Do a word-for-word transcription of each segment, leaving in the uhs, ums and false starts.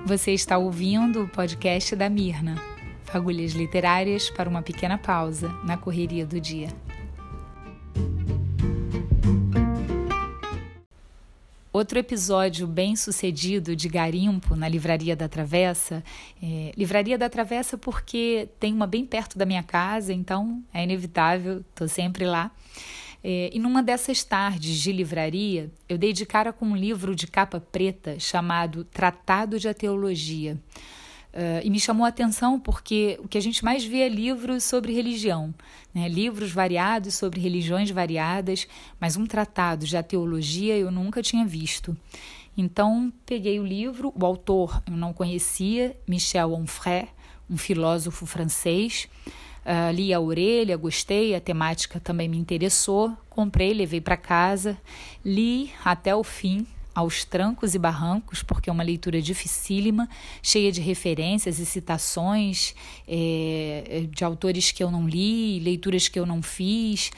Você está ouvindo o podcast da Mirna, fagulhas literárias para uma pequena pausa na correria do dia. Outro episódio bem sucedido de garimpo na Livraria da Travessa. É, Livraria da Travessa porque tem uma bem perto da minha casa, então é inevitável, estou sempre lá. É, e numa dessas tardes de livraria, eu dei de cara com um livro de capa preta chamado Tratado de Teologia. Uh, e me chamou a atenção porque o que a gente mais vê é livros sobre religião, né? Livros variados sobre religiões variadas, mas um tratado de teologia eu nunca tinha visto. Então, peguei o livro, o autor eu não conhecia, Michel Onfray, um filósofo francês. Uh, li a orelha, gostei, a temática também me interessou, comprei, levei para casa, li até o fim, aos trancos e barrancos, porque é uma leitura dificílima, cheia de referências e citações é, de autores que eu não li, leituras que eu não fiz,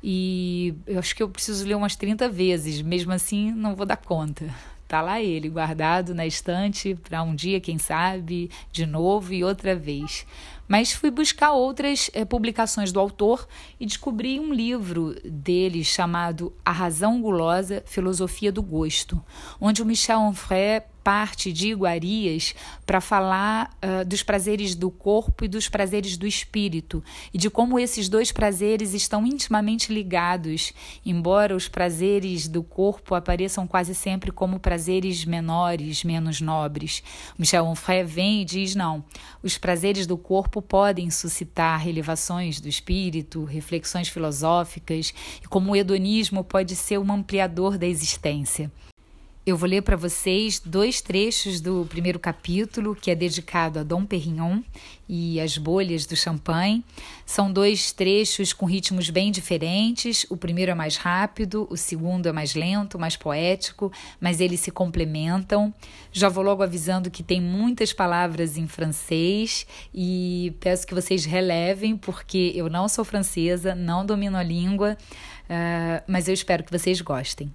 e eu acho que eu preciso ler umas trinta vezes, mesmo assim não vou dar conta. Está lá ele, guardado na estante para um dia, quem sabe, de novo e outra vez. Mas fui buscar outras eh, publicações do autor e descobri um livro dele chamado A Razão Gulosa, Filosofia do Gosto, onde o Michel Onfray parte de iguarias para falar uh, dos prazeres do corpo e dos prazeres do espírito e de como esses dois prazeres estão intimamente ligados, embora os prazeres do corpo apareçam quase sempre como prazeres menores, menos nobres. Michel Onfray vem e diz, não, os prazeres do corpo podem suscitar relevações do espírito, reflexões filosóficas, e como o hedonismo pode ser um ampliador da existência. Eu vou ler para vocês dois trechos do primeiro capítulo, que é dedicado a Dom Pérignon e as bolhas do champanhe. São dois trechos com ritmos bem diferentes. O primeiro é mais rápido, o segundo é mais lento, mais poético, mas eles se complementam. Já vou logo avisando que tem muitas palavras em francês e peço que vocês relevem, porque eu não sou francesa, não domino a língua, uh, mas eu espero que vocês gostem.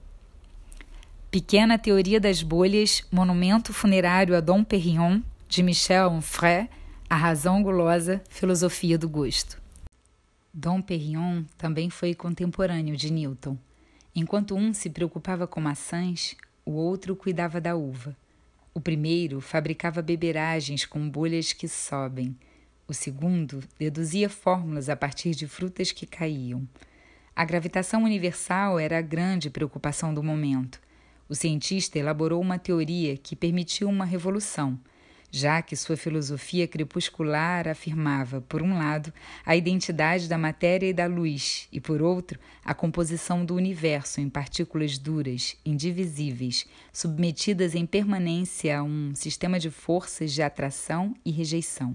Pequena Teoria das Bolhas, Monumento Funerário a Dom Pérignon, de Michel Onfray, A Razão Gulosa, Filosofia do Gosto. Dom Pérignon também foi contemporâneo de Newton. Enquanto um se preocupava com maçãs, o outro cuidava da uva. O primeiro fabricava beberagens com bolhas que sobem. O segundo deduzia fórmulas a partir de frutas que caíam. A gravitação universal era a grande preocupação do momento. O cientista elaborou uma teoria que permitiu uma revolução, já que sua filosofia crepuscular afirmava, por um lado, a identidade da matéria e da luz, e, por outro, a composição do universo em partículas duras, indivisíveis, submetidas em permanência a um sistema de forças de atração e rejeição.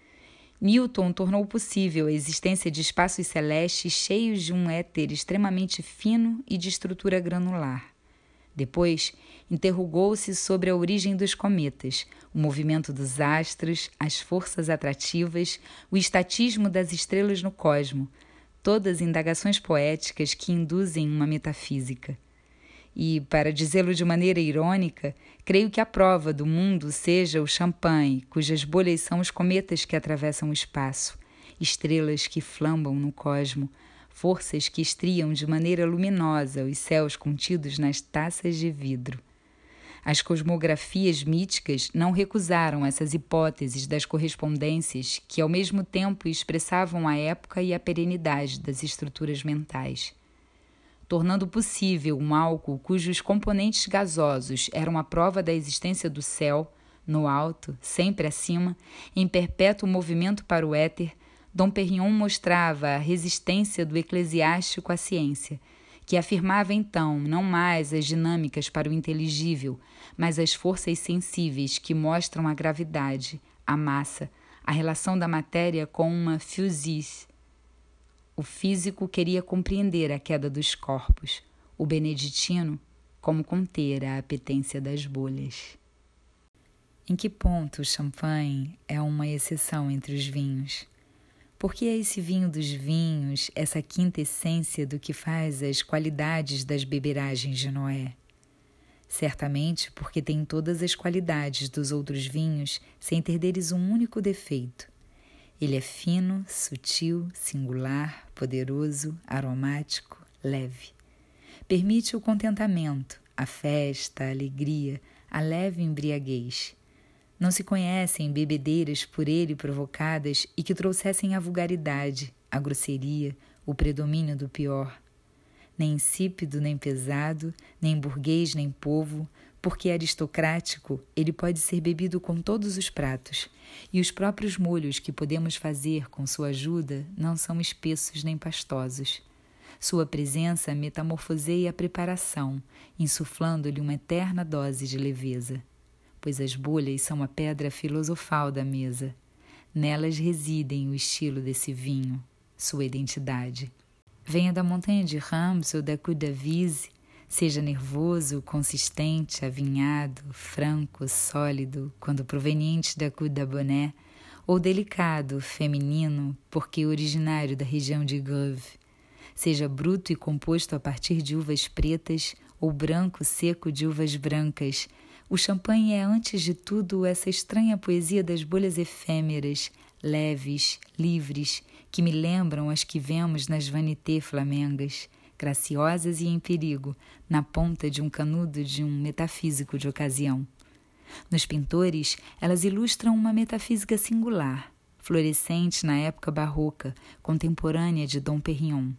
Newton tornou possível a existência de espaços celestes cheios de um éter extremamente fino e de estrutura granular. Depois, interrogou-se sobre a origem dos cometas, o movimento dos astros, as forças atrativas, o estatismo das estrelas no cosmo, todas indagações poéticas que induzem uma metafísica. E, para dizê-lo de maneira irônica, creio que a prova do mundo seja o champanhe, cujas bolhas são os cometas que atravessam o espaço, estrelas que flambam no cosmo, forças que estriam de maneira luminosa os céus contidos nas taças de vidro. As cosmografias míticas não recusaram essas hipóteses das correspondências que, ao mesmo tempo, expressavam a época e a perenidade das estruturas mentais. Tornando possível um álcool cujos componentes gasosos eram a prova da existência do céu, no alto, sempre acima, em perpétuo movimento para o éter, Dom Pérignon mostrava a resistência do eclesiástico à ciência, que afirmava então não mais as dinâmicas para o inteligível, mas as forças sensíveis que mostram a gravidade, a massa, a relação da matéria com uma physis. O físico queria compreender a queda dos corpos, o beneditino como conter a apetência das bolhas. Em que ponto o champanhe é uma exceção entre os vinhos? Porque é esse vinho dos vinhos, essa quinta essência do que faz as qualidades das beberagens de Noé? certamente porque tem todas as qualidades dos outros vinhos sem ter deles um único defeito. Ele é fino, sutil, singular, poderoso, aromático, leve. Permite o contentamento, a festa, a alegria, a leve embriaguez. Não se conhecem bebedeiras por ele provocadas e que trouxessem a vulgaridade, a grosseria, o predomínio do pior. Nem insípido, nem pesado, nem burguês, nem povo, porque aristocrático, ele pode ser bebido com todos os pratos, e os próprios molhos que podemos fazer com sua ajuda não são espessos nem pastosos. Sua presença metamorfoseia a preparação, insuflando-lhe uma eterna dose de leveza, pois as bolhas são a pedra filosofal da mesa. Nelas residem o estilo desse vinho, sua identidade. Venha da montanha de Reims ou da Côte d'Azur, seja nervoso, consistente, avinhado, franco, sólido, quando proveniente da Côte d'Abonnet, ou delicado, feminino, porque originário da região de Grève. Seja bruto e composto a partir de uvas pretas ou branco seco de uvas brancas, o champanhe é, antes de tudo, essa estranha poesia das bolhas efêmeras, leves, livres, que me lembram as que vemos nas vanités flamengas, graciosas e em perigo, na ponta de um canudo de um metafísico de ocasião. Nos pintores, elas ilustram uma metafísica singular, florescente na época barroca, contemporânea de Dom Perignon.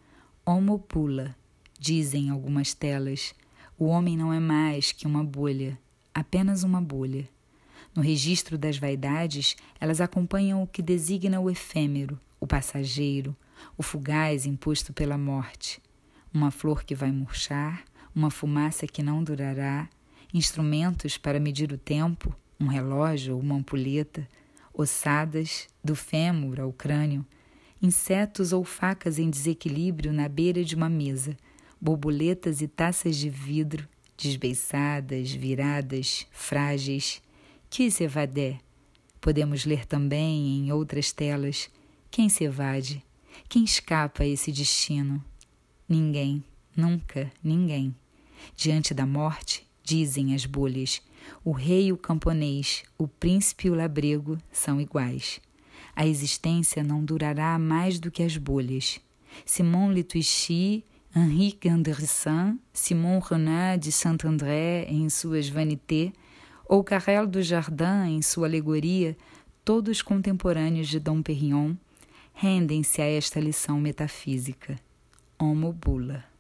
Homo pula, dizem algumas telas. O homem não é mais que uma bolha, apenas uma bolha. No registro das vaidades, elas acompanham o que designa o efêmero, o passageiro, o fugaz imposto pela morte. Uma flor que vai murchar, uma fumaça que não durará, instrumentos para medir o tempo, um relógio ou uma ampulheta, ossadas, do fêmur ao crânio, insetos ou facas em desequilíbrio na beira de uma mesa, borboletas e taças de vidro, desbeiçadas, viradas, frágeis. Que se evadé? Podemos ler também em outras telas. Quem se evade? Quem escapa a esse destino? Ninguém, nunca ninguém. Diante da morte, dizem as bolhas, o rei e o camponês, o príncipe e o labrego são iguais. A existência não durará mais do que as bolhas. Simon Letuichy, Henrique Andersen, Simon Renard de Saint-André em suas Vanités, ou Carrel do Jardin em sua alegoria, todos contemporâneos de Dom Perignon, rendem-se a esta lição metafísica. Homo bula.